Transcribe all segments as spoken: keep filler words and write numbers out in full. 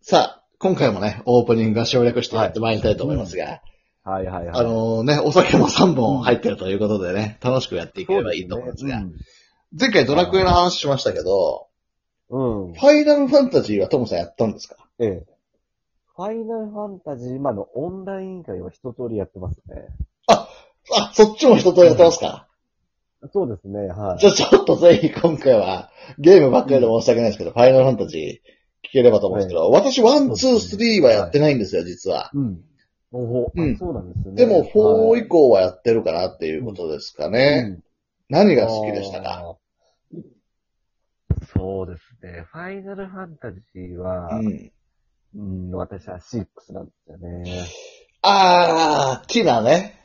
さあ、今回もね、オープニングが省略してやってまいりたいと思いますが、 はいはいはい。 あのね、お酒もさんぼん入ってるということでね、楽しくやっていければいいと思うんですが、 そうですね前回ドラクエの話しましたけど、 うん。うん。 ファイナルファンタジーはトムさんやったんですか？ ええ。ファイナルファンタジー、今のオンライン会は一通りやってますね。 あ、あ、そっちも一通りやってますか？ そうですね、はい。 じゃあちょっとぜひ今回は、ゲームばっかりで申し訳ないですけど、ファイナルファンタジー聞ければと思うんですけど、私ワン、ツー、スリーはやってないんですよ、実は。 うん。おほ、 うんあ、そうなんですね。 でも、フォーはい以降はやってるかなっていうことですかね。 うん。 何が好きでしたか？ あーそうですね。ファイナルファンタジーは、 うん。 うん、私はシックスなんですよね。 あー、ティナね。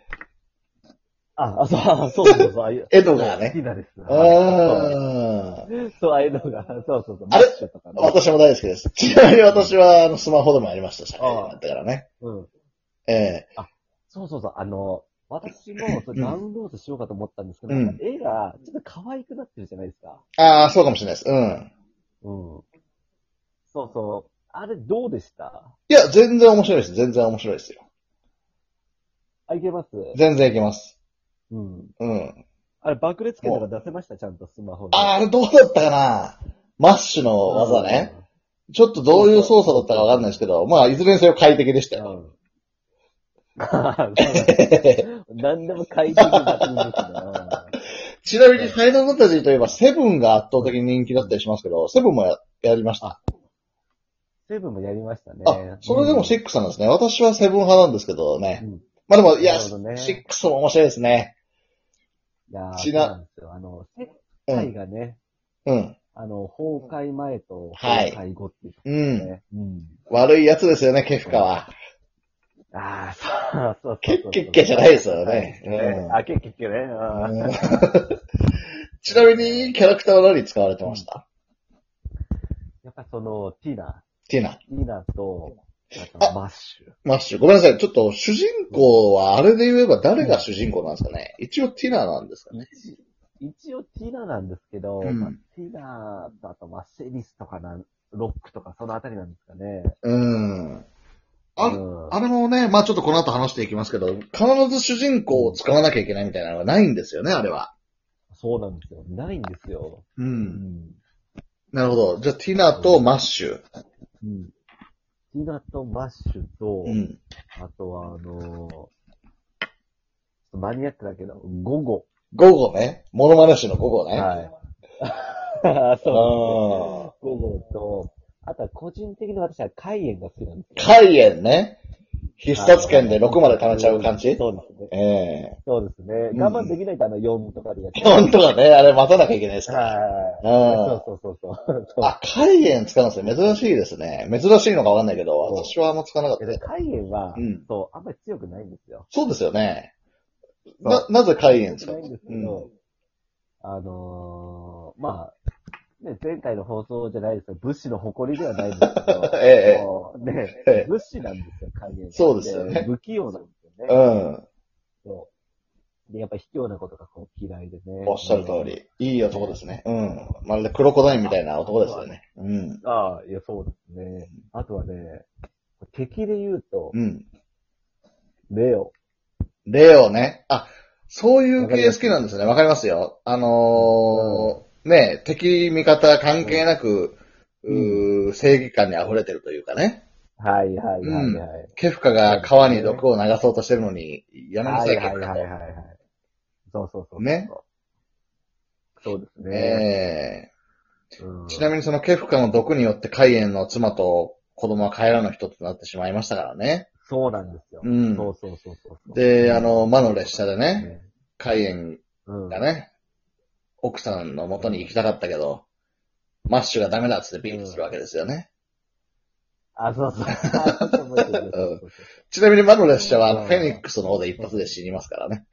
あ、あ、そう、そうそうそう、ああいうエドガーね好きだです。 あはいー。 そう、ああいうのが、そうそうそう、 あれマッシュとかね。 私も大好きです。ちなみに私はあのスマホでもありました、社会人だったからね。 うん。 ええそうそうそう、あの、私もそれダウンロードしようかと思ったんですけど、 うんなんか絵がちょっと可愛くなってるじゃないですか。 あー、そうかもしれないです。うん。 うん。そうそう。あれどうでした？ いや、全然面白いです。全然面白いですよ。 あ、いけます？ 全然いけます。 うん。 うん。 あれ爆裂剣ともう、 か出せました？ちゃんとスマホで。 あー、あれどうだったかな？マッシュの技ね。 うんちょっとどういう操作だったかわかんないですけど、まあ、いずれにせよ快適でしたよ。 うん。そうなんですよ。何でも快適になってるんですけど。 ちなみに、ファイナルファンタジーといえば、セブンが圧倒的に人気だったりしますけど、セブンもや、やりました。 セブンもやりましたね。 あ、それでもシックスなんですね。私はセブン派なんですけどね。 うん。 まあでも、いや、 なるほどねシックスも面白いですね。 いやー、 ちなそうなんですよ。あの、世界がね、 うん。 あの、崩壊前とはい崩壊後っていうことうん。 ですね。うん。 悪いやつですよね、ケフカは。 ああ、そうそうケそうそう。 ッケッケじゃないですよね。うんあ、ケッケッケね。うんうんちなみに、キャラクターは何使われてました？ やっぱその、ティナ。 ティナ。 ティナと、あとマッシュ。 マッシュ。ごめんなさい。ちょっと、主人公は、あれで言えば誰が主人公なんですかね。一応ティナなんですかね。 一一応ティナなんですけど、 うんまあ、ティナとあとマッセリスとかな、ロックとかそのあたりなんですかね。 うん。あ,、 うんあれもね、まあちょっとこの後話していきますけど、必ず主人公を使わなきゃいけないみたいなのがないんですよね、あれは。 そうなんですよ。ないんですよ。 う。 うんん。 なるほど。じゃあ、ティナとマッシュ。 うん。ティナとマッシュと、 うん。 あとはあのーマニアックだけど、午後。 午後ね。モノマネ師の午後ね。 はい。そうですね。午後と、あとは個人的に私は海塩が好きなんですよ。 海塩ね。必殺剣でろくまで貯めちゃう感じ、 そうですね。 ええそうですね。 うん我慢できないとあのよんとかでやって。 本当はね、あれ待たなきゃいけないですから。 はい。 うんそうそうそうそう。そうあ、海塩使うんですね。珍しいですね。珍しいのかわかんないけど、 そう私はあんま使わなかったでです。 海塩は、 うんそう、あんまり強くないんですよ。 そうですよね。な、 そうなぜ海塩使強くないんですけど、あのー、まあ、ね、前回の放送じゃないですよ。武士の誇りではないんですけど、 ええもうねええ、 武士なんですよ、海援。 そうですよね不器用なんですよね。 うん。 そう。で、やっぱ卑怯なことがこう嫌いでね。 おっしゃる通り。いい男ですね。うん。まるでクロコダインみたいな男ですよね。うん。 ああ、いや、そうですね。あとはね、敵で言うと、 うん。 レオ。 レオね。あ、そういう系好きなんですね。わかりますよ。あのー、ね、敵味方関係なく、うー正義感に溢れてるというかね。 はいはいはいはい。 ケフカが川に毒を流そうとしてるのに、やめなさい、ケはいフカと。 はいはいはいはい。そうそうそうそう。 ね。 そうですね。 えうんー、ちなみにそのケフカの毒によってカイエンの妻と子供は帰らぬ人となってしまいましたからね。 そうなんですよ。 うんそうそうそうそう。 で、あの、魔の列車でね、カイエンうん。 がね、奥さんの元に行きたかったけど、マッシュがダメだっつってビールするわけですよね。 あ、そうそう。あそうそうそうそうそうちなみに魔の列車はあのうんフェニックスの方で一発で死にますからね。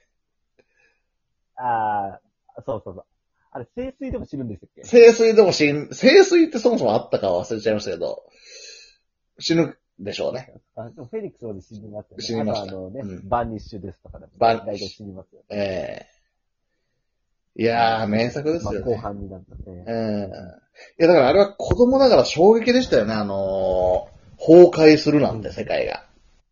ああ、そうそうそう。あれ、清水でも知るんでしたっけ？ 清水でも死ん、清水ってそもそもあったかは忘れちゃいましたけど、死ぬでしょうね。 あ、でもフェニックスの方で死にますよね。 死にましたあとあのね、 うんバニッシュですとかでも、 バン大体死にますよね。 えいやー、名作ですまあ、 よね。 後半になったね。 うん。いや、だからあれは子供ながら衝撃でしたよね、あのー、崩壊するなんて世界が。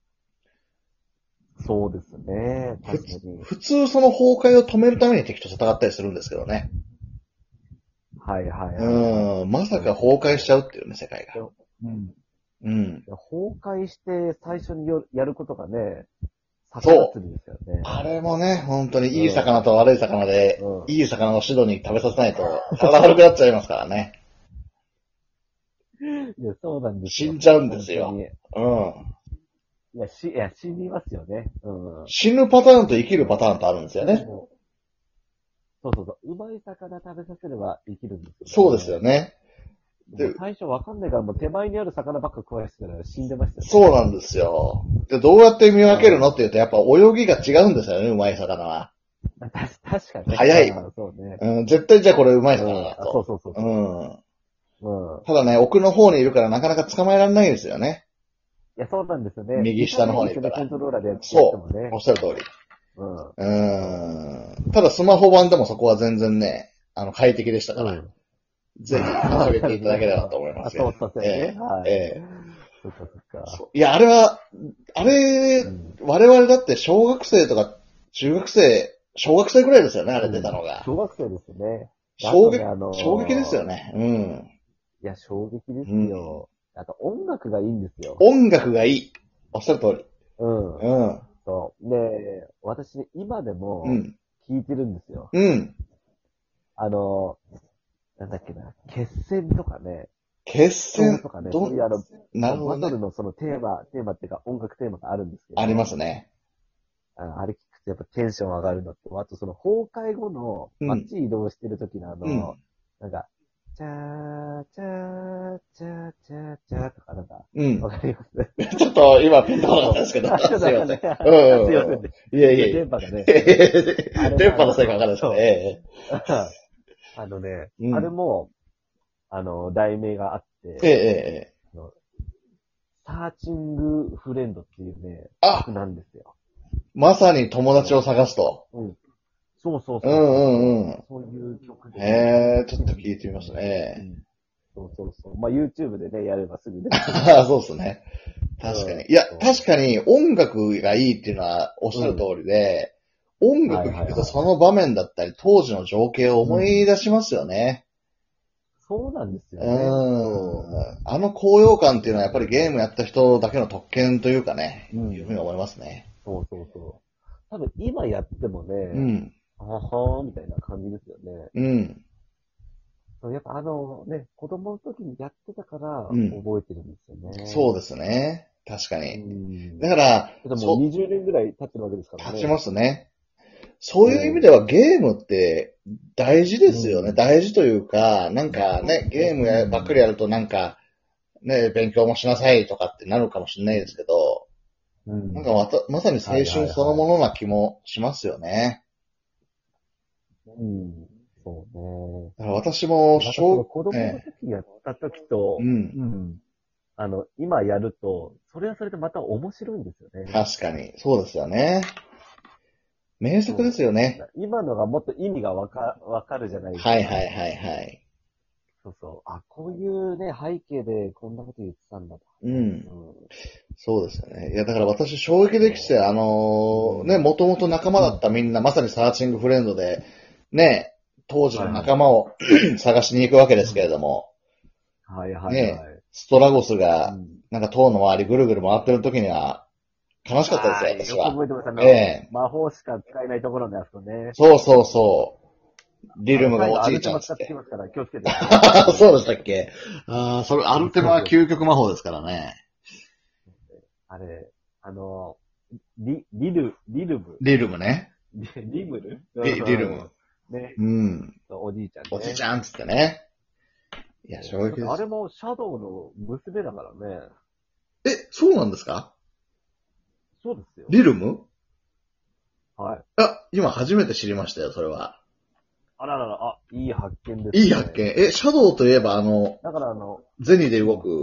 そうですね。 ふ確かに。 普通その崩壊を止めるために敵と戦ったりするんですけどね。 はいはいはい。 うん、まさか崩壊しちゃうっていうね、世界が。 うん。 うん。 崩壊して最初によやることがね、 そう魚釣りですよね。 あれもね、本当にいい魚と悪い魚で、 うんいい魚をシドに食べさせないと体悪くなっちゃいますからね。 いや、そうなんですよ。 死んじゃうんですよ。 本うん。 当にいや、し、いや、死にますよね。うん。 死ぬパターンと生きるパターンとあるんですよね。 もうそうそうそう。うまい魚食べさせれば生きるんですよ、ね。 そうですよね。 でも最初わかんないから、もう手前にある魚ばっか食わしてたら死んでましたよね。 そうなんですよ。で、どうやって見分けるのって言うと、やっぱ泳ぎが違うんですよね、うまい魚は。 た確かにね。 早いあーそうね。 うん、絶対じゃあこれうまい魚だうんあそうと。 そうそう。 うん。 うん。 ただね、奥の方にいるからなかなか捕まえられないんですよね。 いや、そうなんですよね。 右下の方にいるから一緒にコントローラーでやってそう。 もねおっ。しゃる通り。 うん。 うーん。ただスマホ版でもそこは全然ね、あの、快適でしたから。 うん。 ぜひ遊びていただければと思いますよ。 あそうそうですね。はい。 ええそっかそっか。 そういや、あれは、あれ、 うん我々だって小学生とか中学生、小学生ぐらいですよね、あれ出たのが。 小学生ですね。 衝撃、 あとねあのー衝撃ですよね。うん。 いや、衝撃ですよ。あと音楽がいいんですよ。 音楽がいい。おっしゃる通り。 うん。 うん。 そう。で、私、今でもうん。 聴いてるんですよ。 うん。 あの、なんだっけな、決戦とかね、 決戦そうとかね、 どそういうあの、 なるほどね。 バトルのそのテーマ、テーマっていうか音楽テーマがあるんですけど、 ありますね。 あのあれ聞くとやっぱテンション上がるのと、あとその崩壊後のうん街移動してる時のあの、 うんなんか、チャー、チャー、チャー、チャー、チャーとかなんか、 うんわ。かりますちょっと今ピンとこなかったですけど。 あちょっとすいません。 ねうんうんすいませんね。 いやいやいや。 電波がね。あれ電波のせいかわかんないですけど、 そうええ。 あのね、 うんあれも、あの、題名があって、 ええ、ええ。 あのサーチングフレンドっていうね、 あ曲なんですよ。 まさに友達を探すと。 うん。そうそうそうう。 んうんうん。 そういう曲で、 へえ、ちょっと聞いてみますうね。 ん。そうそうそう。まあ、YouTube でね、やればすぐ出てくる。 ああ、そうですね。確かに。いやそう、 確かに音楽がいいっていうのはおっしゃる通りで、音楽聴くとその場面だったり当時の情景を思い出しますよね。 そうなんですようね。 ん。あの高揚感っていうのはやっぱりゲームやった人だけの特権というかね、 うんいうふうに思いますね。 そうそうそう。多分今やってもね、 うん。 あはーみたいな感じですよね。 うん。 そうやっぱあのね、子供の時にやってたからうん覚えてるんですよね。 そうですね。確かうに。 ん。 だから、 でもそうにじゅうねんぐらい経ってるわけですからね。 立ちますね。そういう意味ではゲームって大事ですよね。 うん大事というか、なんかね、ゲームやばっかりやるとなんか、ね、勉強もしなさいとかってなるかもしれないですけど、 うん。 なんかまた、まさに青春そのものな気もしますよね。 うん。そうね。 だから私もなんかその小、 子供のえ時やった時と、 えうん。 うん。あの、今やると、それはそれでまた面白いんですよね。 確かに。そうですよね。名作ですよね。 今のがもっと意味がわか、わかるじゃないですか。 はいはいはいはい。 そうそう。あ、こういうね、背景でこんなこと言ってたんだと。 うん。 うん。 そうですよね。いや、だから私、衝撃的して、あのーうんね、もともと仲間だったみんな、まさにサーチングフレンドで、ね、当時の仲間を探しに行くわけですけれども、 はいはいはい。 ねストラゴスうが、 んなんか塔の周りぐるぐる回ってる時には、悲しかったですよ、私あーよく覚は。 えてましたね。 ええ魔法しか使えないところのやつとね。 そうそうそう。リルムがおじいちゃんっつってあの最後アルテマ使ってき。ますから、気をつけて。 そうでしたっけああ、それ、アルテマは究極魔法ですからね。 あれ、あの、リ、リル、リルム。 リルムね。 リリムルリリルム。 ね。 うん。 おじいちゃんね。 おじいちゃんっつってね。いや、衝撃です。 あれもシャドウの娘だからね。 え、そうなんですかそうですよ。 リルムはい。 あ、今初めて知りましたよ、それは。 あららら、あ、いい発見です、ね。 いい発見。え、シャドウといえば、あの、 だからあの、 ゼニで動く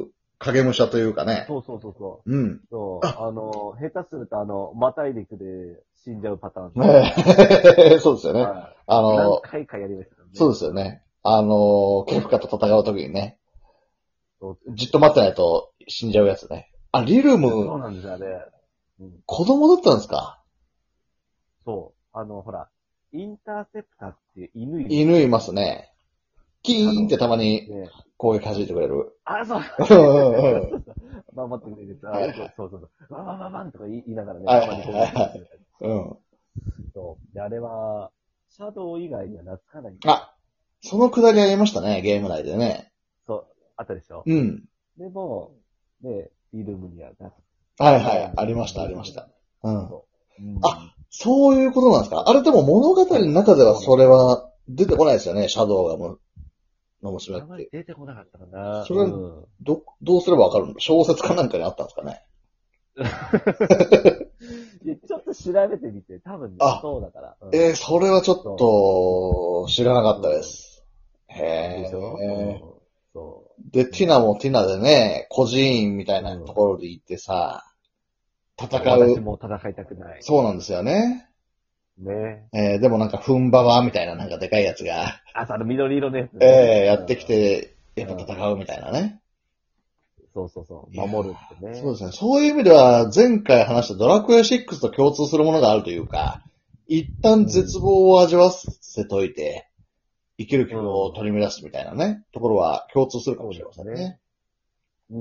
影武者というかね。 そうそうそうそう。 うん。 そう。あの、下手すると、あの、またいでいくで死んじゃうパターン。 ねそうですよね。 はい。 あ何の、 回かやりましたね。 そうですよね。あの、ケフカと戦うときにね、 そうじっと待ってないと死んじゃうやつね。あ、リルそうム、 なんですよ、あれ。うん。 子供だったんですか？ そう。あの、ほら、インターセプターっていう犬いる。 犬いますね。キーンってたまにね。 攻撃弾いてくれる。 あ、そう。 うんうんうん。 守ってくれるやつ。あ、 はいよく、そうそうそう。ワンワンワンワンとか言い言いながらね、 はいたまに攻撃はいはい。 してくれたり。 うん。 そう。で、あれは、シャドウ以外には懐かない。 あ、そのくだりありましたね、ゲーム内でね。 そう、あったでしょ。 うん。 でも、ね、イルムには出す。 はいはい、ありました、ありました。うん。 そう。うん、 あ、そういうことなんですか。あれでも物語の中ではそれは出てこないですよね、シャドウがむの娘あんまりって。 出てこなかったかな。 それ、 うん。 ど、どうすればわかるの？小説かなんかにあったんですかね。 いやちょっと調べてみて、多分ね、 あそうだから。うん、 えー、それはちょっと知らなかったです。へでしょ、 え。 うん、そで、ティナもティナでね、孤児院みたいなところで行ってさ、 う。 戦私う。 も戦いたくない。 そうなんですよね。 ね。 えー、でもなんか、フンババみたいななんかでかいやつが、 あ、その緑色のやつ、ね。 えー、やってきて、やっうん、 ぱ戦うみたいなね。 そうそうそう。 いや守るってね。 そうですね。そういう意味では、前回話したドラクエシックスと共通するものがあるというか、一旦絶望を味わわせといて、生きる希望を取り乱すみたいなね、ところは共通するかもしれませんね。 うん。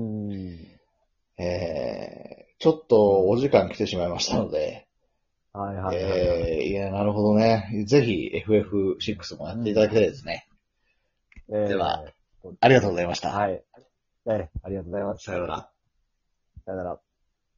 えー、ちょっとお時間来てしまいましたので、 はいはいはい、はい。 えー、いや、なるほどね。ぜひ エフエフシックス もやっていただきたいですね。 えー、 では、ありがとうございました。 はい。えー、ありがとうございます。 さようなら。 さよなら。